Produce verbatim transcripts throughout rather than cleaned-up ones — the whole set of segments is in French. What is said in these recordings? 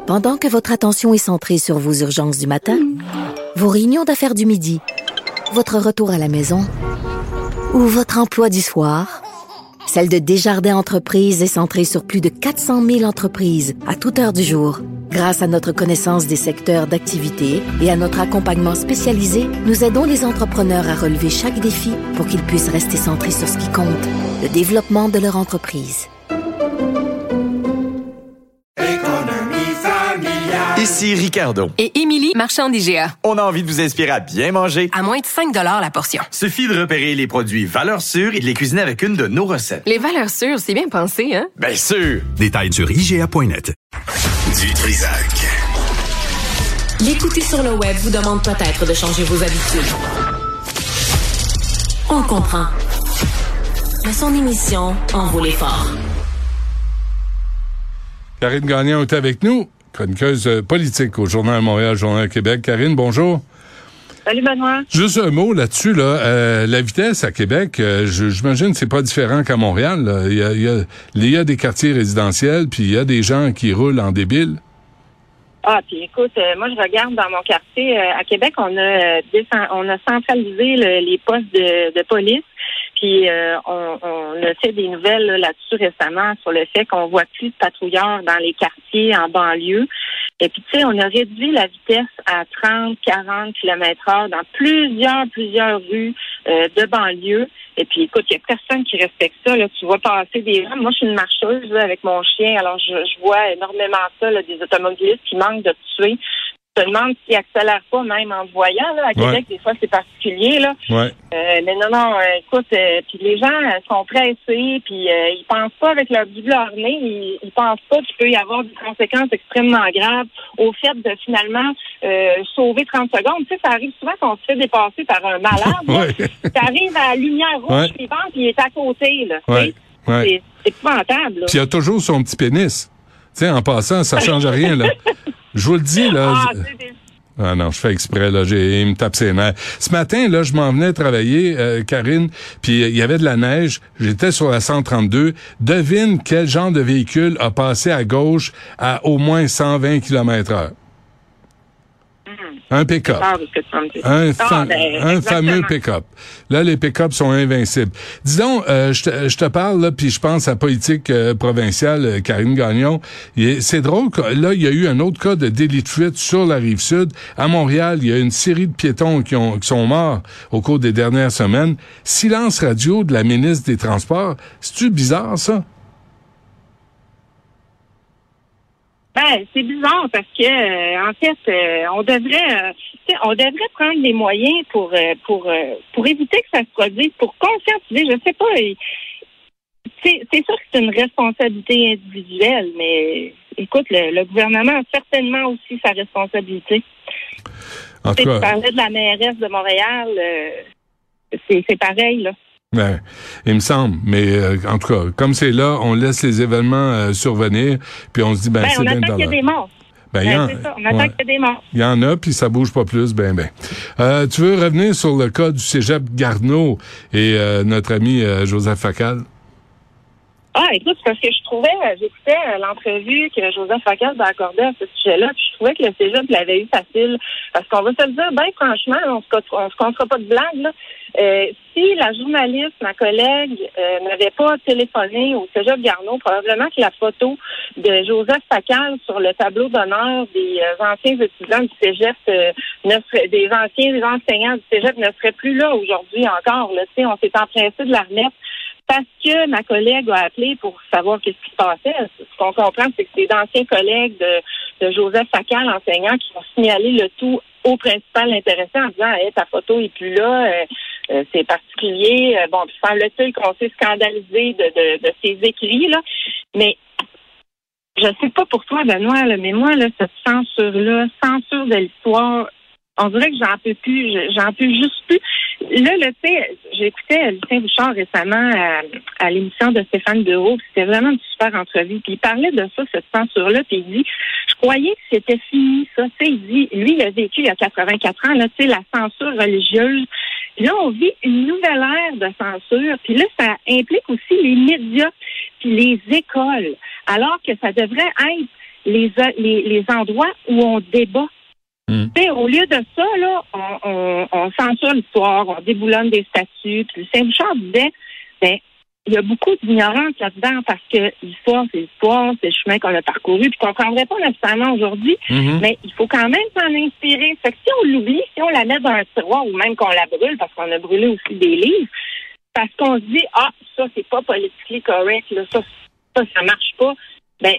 Pendant que votre attention est centrée sur vos urgences du matin, vos réunions d'affaires du midi, votre retour à la maison ou votre emploi du soir, celle de Desjardins Entreprises est centrée sur plus de quatre cent mille entreprises à toute heure du jour. Grâce à notre connaissance des secteurs d'activité et à notre accompagnement spécialisé, nous aidons les entrepreneurs à relever chaque défi pour qu'ils puissent rester centrés sur ce qui compte, le développement de leur entreprise. Ici Ricardo. Et Émilie, marchand d'I G A. On a envie de vous inspirer à bien manger. À moins de cinq dollars la portion. Suffit de repérer les produits valeurs sûres et de les cuisiner avec une de nos recettes. Les valeurs sûres, c'est bien pensé, hein? Bien sûr! Détails sur I G A point net. Du Trisac. L'écouter sur le web vous demande peut-être de changer vos habitudes. On comprend. Mais son émission en vaut l'effort. Karine Gagnon est avec nous, chroniqueuse politique au Journal Montréal, Journal Québec. Karine, bonjour. Salut Benoît. Juste un mot là-dessus, là. Euh, la vitesse à Québec, euh, je, j'imagine que c'est pas différent qu'à Montréal. Là. Il y a, il y a, il y a des quartiers résidentiels, puis il y a des gens qui roulent en débile. Ah, puis écoute, euh, moi je regarde dans mon quartier euh, à Québec, on a euh, descend, on a centralisé le, les postes de, de police. Puis euh, on, on a fait des nouvelles là, là-dessus récemment sur le fait qu'on voit plus de patrouilleurs dans les quartiers en banlieue. Et puis, tu sais, on a réduit la vitesse à trente, quarante kilomètres heure dans plusieurs, plusieurs rues euh, de banlieue. Et puis, écoute, il n'y a personne qui respecte ça. Là. Tu vois passer des gens. Moi, je suis une marcheuse là, avec mon chien. Alors, je, je vois énormément ça, là, des automobilistes qui manquent de tuer. Je me demande s'ils accélèrent pas, même en voyant. Là. À Québec, ouais. Des fois, c'est particulier. Là. Ouais. Euh, mais non, non, euh, écoute, euh, puis les gens euh, sont pressés, puis euh, ils pensent pas avec leur but de leur nez, ils, ils pensent pas qu'il peut y avoir des conséquences extrêmement graves au fait de finalement euh, sauver trente secondes. Tu sais, ça arrive souvent qu'on se fait dépasser par un malade. Ouais. Ça arrive à la lumière rouge, puis ouais. Il est à côté. Là, ouais. Ouais. C'est, c'est épouvantable. Puis il y a toujours son petit pénis. Tu sais, en passant, ça change rien, là. Je vous le dis, là. Ah, je... c'est... Ah non, je fais exprès, là, j'ai, il me tape ses nerfs. Ce matin, là, je m'en venais travailler, euh, Karine, puis il y avait de la neige, j'étais sur la cent trente-deux. Devine quel genre de véhicule a passé à gauche à au moins cent vingt kilomètres heure. Un pick-up. Un, fa- ah, ben, un fameux pick-up. Là, les pick-up sont invincibles. Dis donc, euh, je, te, je te parle, là, puis je pense à politique euh, provinciale, euh, Karine Gagnon. Il, c'est drôle, que, là, il y a eu un autre cas de délit de fuite sur la Rive-Sud. À Montréal, il y a une série de piétons qui, ont, qui sont morts au cours des dernières semaines. Silence radio de la ministre des Transports. C'est-tu bizarre, ça? Ben, c'est bizarre parce que euh, en fait, euh, on devrait euh, on devrait prendre des moyens pour euh, pour euh, pour éviter que ça se produise, pour conscientiser, je sais pas. Et, c'est, c'est sûr que c'est une responsabilité individuelle, mais écoute, le, le gouvernement a certainement aussi sa responsabilité. En tout cas, tu parlais de la mairesse de Montréal, euh, c'est, c'est pareil, là. Ben, il me semble, mais euh, en tout cas, comme c'est là, on laisse les événements euh, survenir, puis on se dit, ben, ben c'est bien dans l'air. On attend qu'il y ait des morts. Ben, ben, y en, c'est ça, on attend ouais. qu'il y ait des morts. Il y en a, puis ça bouge pas plus, ben, ben. Euh, tu veux revenir sur le cas du cégep Garneau et euh, notre ami euh, Joseph Facal? Ah, écoute, parce que je trouvais, j'écoutais l'entrevue que Joseph Facal a accordée à ce sujet-là, puis je trouvais que le cégep l'avait eu facile. Parce qu'on va se le dire, ben franchement, on se, on se comptera pas de blague, là. Euh, si la journaliste, ma collègue, euh, n'avait pas téléphoné au cégep Garneau, probablement que la photo de Joseph Facal sur le tableau d'honneur des euh, anciens étudiants du cégep, euh, ne serait, des anciens des enseignants du cégep ne serait plus là aujourd'hui encore. Là, tu sais, on s'est empressé de la remettre. Parce que ma collègue a appelé pour savoir qu'est-ce qui se passait. Ce qu'on comprend, c'est que c'est d'anciens collègues de, de Joseph Facal, enseignant, qui ont signalé le tout au principal intéressé en disant hey, ta photo est plus là, euh, euh, c'est particulier. Euh, bon, puis semble-t-il qu'on s'est scandalisé de, de, de ces écrits, là. Mais je sais pas pour toi, Benoît, là, mais moi, là, cette censure-là, censure de l'histoire, on dirait que j'en peux plus, j'en peux juste plus. Là, là, tu sais, j'écoutais Lucien Bouchard récemment à, à l'émission de Stéphane Bureau, puis c'était vraiment une super entrevue. Puis il parlait de ça, cette censure-là, puis il dit, je croyais que c'était fini, ça. Tu sais, il dit, lui, il a vécu il y a quatre-vingt-quatre ans, là, tu sais, la censure religieuse. Là, on vit une nouvelle ère de censure, puis là, ça implique aussi les médias, puis les écoles, alors que ça devrait être les, les, les endroits où on débat. Mm. Au lieu de ça, là, on, on, on censure l'histoire, on déboulonne des statuts. Puis Saint-Bouchard disait, ben, il y a beaucoup d'ignorance là-dedans parce que l'histoire, c'est l'histoire, c'est le chemin qu'on a parcouru, puis qu'on ne comprendrait pas nécessairement aujourd'hui, mm-hmm. mais il faut quand même s'en inspirer. Fait que si on l'oublie, si on la met dans un tiroir ou même qu'on la brûle, parce qu'on a brûlé aussi des livres, parce qu'on se dit, ah, ça, c'est pas politiquement correct, là, ça, ça, ça marche pas, ben,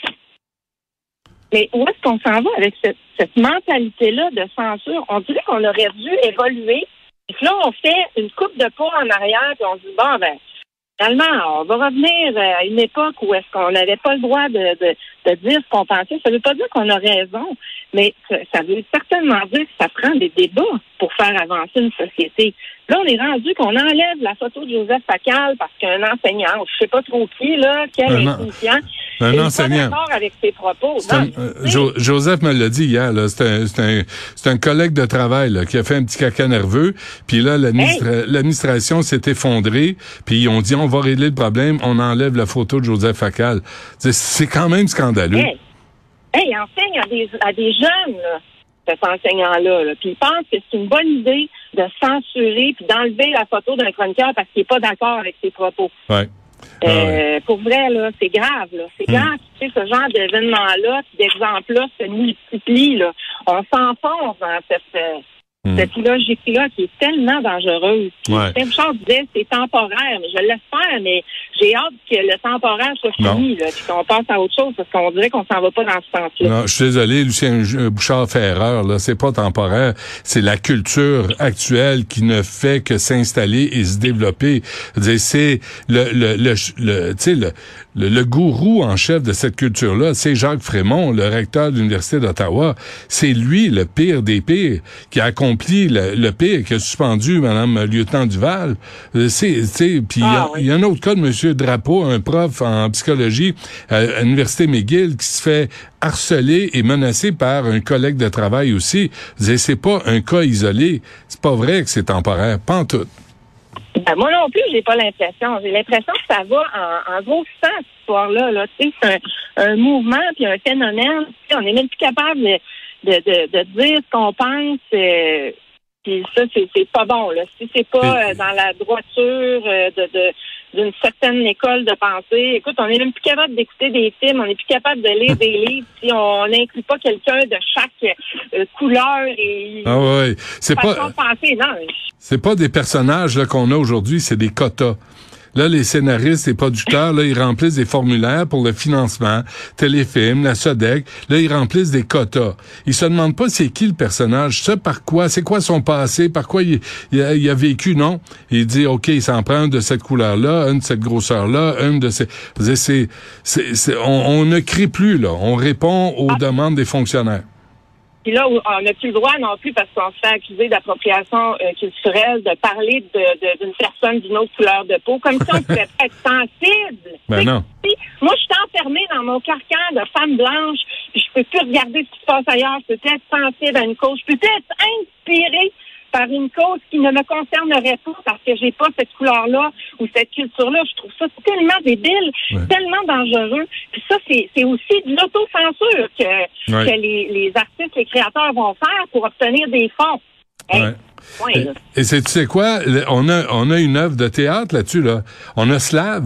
mais où est-ce qu'on s'en va avec cette, cette mentalité-là de censure? On dirait qu'on aurait dû évoluer. Puis là, on fait une coupe de pas en arrière, puis on se dit, bon, ben, finalement, on va revenir à une époque où est-ce qu'on n'avait pas le droit de, de, de dire ce qu'on pensait. Ça ne veut pas dire qu'on a raison, mais ça, ça veut certainement dire que ça prend des débats pour faire avancer une société. Là, on est rendu qu'on enlève la photo de Joseph Facal parce qu'un enseignant, je ne sais pas trop qui, là, quel instituant, un enseignant. Pas d'accord avec ses propos. Non, un, euh, jo- Joseph me l'a dit hier, là, c'est un, c'est un, c'est un collègue de travail là, qui a fait un petit caca nerveux, puis là, l'administra- hey. l'administration s'est effondrée, puis ils ont dit, on va régler le problème, on enlève la photo de Joseph Facal. C'est, c'est quand même scandaleux. Hey, hey il enseigne à des, à des jeunes, là, cet enseignant-là, là, puis il pense que c'est une bonne idée de censurer puis d'enlever la photo d'un chroniqueur parce qu'il n'est pas d'accord avec ses propos. Ouais. Euh, ah ouais. Pour vrai, là, c'est grave, là. C'est mm. grave, tu sais, ce genre d'événement-là, d'exemples-là se multiplient, là. On s'enfonce dans cette, euh, mm. cette logique-là qui est tellement dangereuse. Ouais. Saint-Bouchard disait c'est temporaire, mais je l'espère, mais j'ai hâte que le temporaire soit fini, là, puis qu'on passe à autre chose, parce qu'on dirait qu'on s'en va pas dans ce sens-là. Non, je suis désolé, Lucien Bouchard fait erreur, là. C'est pas temporaire. C'est la culture actuelle qui ne fait que s'installer et se développer. C'est le, le, le, le tu sais, le, le, le gourou en chef de cette culture-là, c'est Jacques Frémont, le recteur de l'Université d'Ottawa. C'est lui, le pire des pires, qui a accompli le, le pire, qui a suspendu Mme Lieutenant Duval. C'est, tu sais, puis il ah, y, oui. y a un autre cas de M. Drapeau, un prof en psychologie à, à l'Université McGill, qui se fait harceler et menacé par un collègue de travail aussi. C'est pas un cas isolé. C'est pas vrai que c'est temporaire. Pas en tout. Ben, moi non plus, j'ai pas l'impression. J'ai l'impression que ça va en, en grossissant, cette histoire-là. Là. Tu sais, c'est un, un mouvement puis un phénomène. Tu sais, on n'est même plus capable de, de, de, de dire ce qu'on pense. Euh, puis ça, c'est, c'est pas bon. Là. Si c'est pas euh, dans la droiture euh, de, de d'une certaine école de pensée. Écoute, on n'est même plus capable d'écouter des films, on n'est plus capable de lire des livres si on n'inclut pas quelqu'un de chaque euh, couleur et ah ouais, c'est façon pas de penser. Non. C'est pas des personnages là qu'on a aujourd'hui, c'est des quotas. Là, les scénaristes et producteurs, là, ils remplissent des formulaires pour le financement, téléfilm, la SODEC. Là, ils remplissent des quotas. Ils se demandent pas c'est qui le personnage, ça par quoi, c'est quoi son passé, par quoi il, il, a, il a vécu, non. Il dit, OK, il s'en prend un de cette couleur-là, une de cette grosseur-là, une de ces... C'est, c'est, c'est, on, on ne crie plus, là. On répond aux ah. demandes des fonctionnaires. Puis là, on n'a plus le droit non plus parce qu'on se fait accuser d'appropriation euh, culturelle, de parler de, de, d'une personne d'une autre couleur de peau, comme si on pouvait être sensible. Ben non. Si, moi, je suis enfermée dans mon carcan de femme blanche, puis je peux plus regarder ce qui se passe ailleurs, je peux plus être sensible à une cause, je peux plus être inspirée par une cause qui ne me concernerait pas parce que j'ai pas cette couleur-là ou cette culture-là. Je trouve ça tellement débile, ouais. tellement dangereux. Puis ça, c'est, c'est aussi de l'autocensure que, ouais. que les, les artistes, les créateurs vont faire pour obtenir des fonds. Hey, ouais. point, et, et c'est, tu sais quoi? On a, on a une œuvre de théâtre là-dessus, là. On a Slave.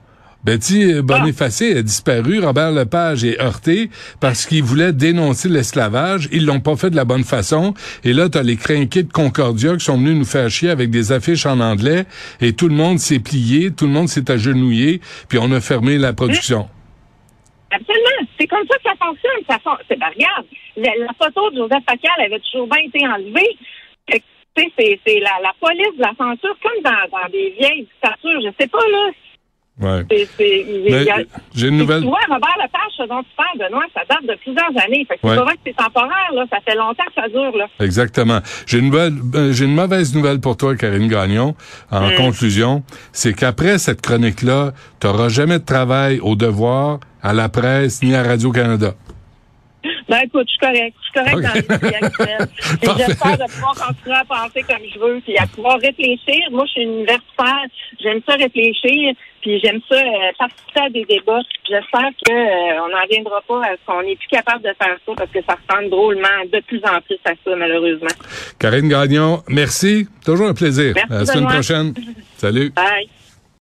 Betty Bonifacé ah. a disparu. Robert Lepage est heurté parce qu'il voulait dénoncer l'esclavage. Ils l'ont pas fait de la bonne façon. Et là, t'as les crinqués de Concordia qui sont venus nous faire chier avec des affiches en anglais. Et tout le monde s'est plié, tout le monde s'est agenouillé, puis on a fermé la production. Absolument. C'est comme ça que ça fonctionne. Ça fon... c'est, ben, regarde, la, la photo de Joseph Facal avait toujours bien été enlevée. Tu sais, c'est, c'est la, la police de la censure, comme dans, dans des vieilles dictatures. Je sais pas, là. Ouais. C'est, c'est, Mais, a, j'ai une nouvelle. Tu vois, Robert Lepage, ce dont tu parles, Benoît, ça date de plusieurs années. Fait que ouais. c'est pas vrai que c'est temporaire, là. Ça fait longtemps que ça dure, là. Exactement. J'ai une nouvelle, euh, j'ai une mauvaise nouvelle pour toi, Karine Gagnon. En mmh. conclusion, c'est qu'après cette chronique-là, t'auras jamais de travail au Devoir, à la presse, ni à Radio-Canada. Ben écoute, je suis correct. Je suis correct okay. dans le vie actuelle. Et j'espère de pouvoir continuer à penser comme je veux, puis à pouvoir réfléchir. Moi, je suis universitaire. J'aime ça réfléchir, puis j'aime ça euh, participer à des débats. J'espère qu'on euh, n'en viendra pas à ce qu'on n'est plus capable de faire ça, parce que ça ressemble drôlement de plus en plus à ça, malheureusement. Karine Gagnon, merci. Toujours un plaisir. Merci, à la semaine prochaine. Salut. Bye.